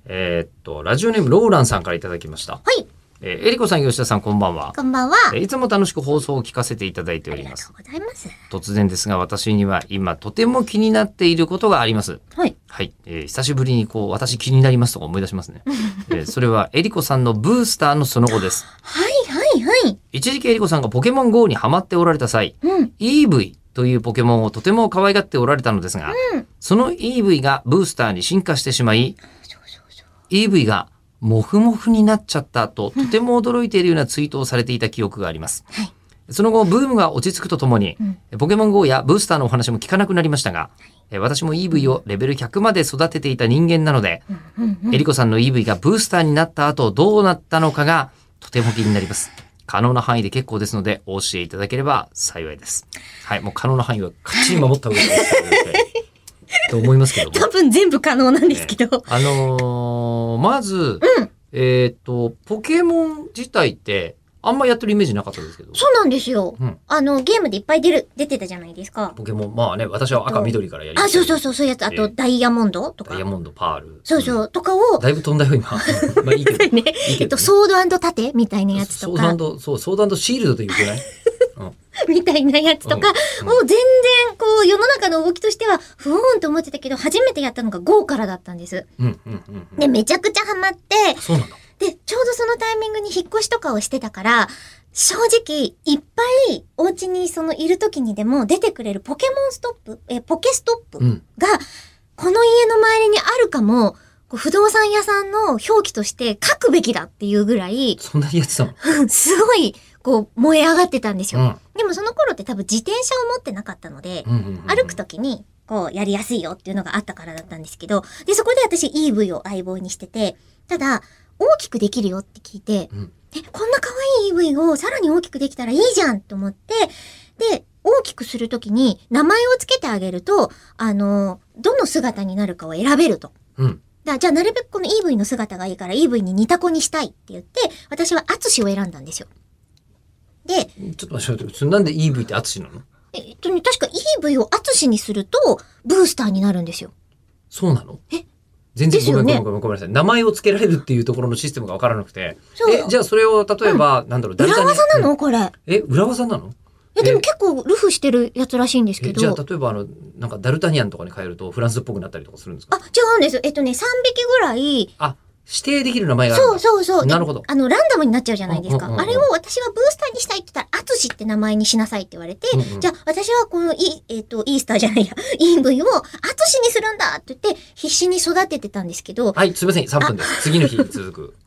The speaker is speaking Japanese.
ラジオネームローランさんからいただきました。 はい。 えりこさん、吉田さん、こんばんは。 こんばんは。 いつも楽しく放送を聞かせていただいております。 ありがとうございます。 突然ですが、私には今とても気になっていることがあります。 はい。 はい。久しぶりに私気になりますとか思い出しますね。それはえりこさんのブースターのその後です。 はいはいはい。 一時期えりこさんがポケモン GO にハマっておられた際、EV というポケモンをとても可愛がっておられたのですが、その EV がブースターに進化してしまい、EV がモフモフになっちゃったととても驚いているようなツイートをされていた記憶があります。 はい。 その後ブームが落ち着くとともに、ポケモン GO やブースターのお話も聞かなくなりましたが、私も EV をレベル100まで育てていた人間なので、えりこさんの EV がブースターになった後どうなったのかがとても気になります。可能な範囲で結構ですのでお教えいただければ幸いです。はい、もう可能な範囲はかっちり守った上でと思いますけども。 多分全部可能なんですけど。 まず、ポケモン自体ってあんまやってるイメージなかったんですけど。 そうなんですよ。ゲームでいっぱい出てたじゃないですか。 ポケモン、まあね、私は赤緑からやりました。そういうやつ。あと、ダイヤモンドとか。 ダイヤモンド、パール。 そう、とかを。 だいぶ飛んだよ、今。まあいいけど。 ね。ソード盾みたいなやつとか。 ソードシールドと言ってないみたいなやつとか、もう全然、世の中の動きとしては、ふーんと思ってたけど、初めてやったのが GO からだったんです。で、めちゃくちゃハマって、 そうなの。 で、ちょうどそのタイミングに引っ越しとかをしてたから、正直、いっぱいお家にいる時にでも出てくれるポケモンストップ、ポケストップが、この家の周りにあるかも、不動産屋さんの表記として書くべきだっていうぐらい、 そんなにやってたの？ すごい、燃え上がってたんですよ。でもその頃って多分自転車を持ってなかったので、歩く時に、やりやすいよっていうのがあったからだったんですけど、で、そこで私 EV を相棒にしてて、ただ、大きくできるよって聞いて、こんな可愛い EV をさらに大きくできたらいいじゃんと思って、で、大きくするときに名前をつけてあげると、どの姿になるかを選べると。じゃあなるべくこの EV の姿がいいから EV に似た子にしたいって言って、私はアツシを選んだんですよ。で、 ちょっと待って、なんで EV ってアツシなの？ 確か EV をアツシにすると、ブースターになるんですよ。 そうなの？全然ごめんなさい。名前を付けられるっていうところのシステムがわからなくて。じゃあそれを例えば、 裏技なのこれ。 裏技なの？ でも結構ルフしてるやつらしいんですけど。 じゃあ例えばダルタニアンとかに変えるとフランスっぽくなったりとかするんですか？ 違うんです。3匹ぐらい。 指定できる名前があるんだ。 そう。 なるほど。 ランダムになっちゃうじゃないですか。あれを私はブースターにしたいって言ったら、アツシって名前にしなさいって言われて、じゃあ私はこのイースターじゃないや、EV をアツシにするんだって言って、必死に育ててたんですけど。 はい、すみません、3分です。次の日続く。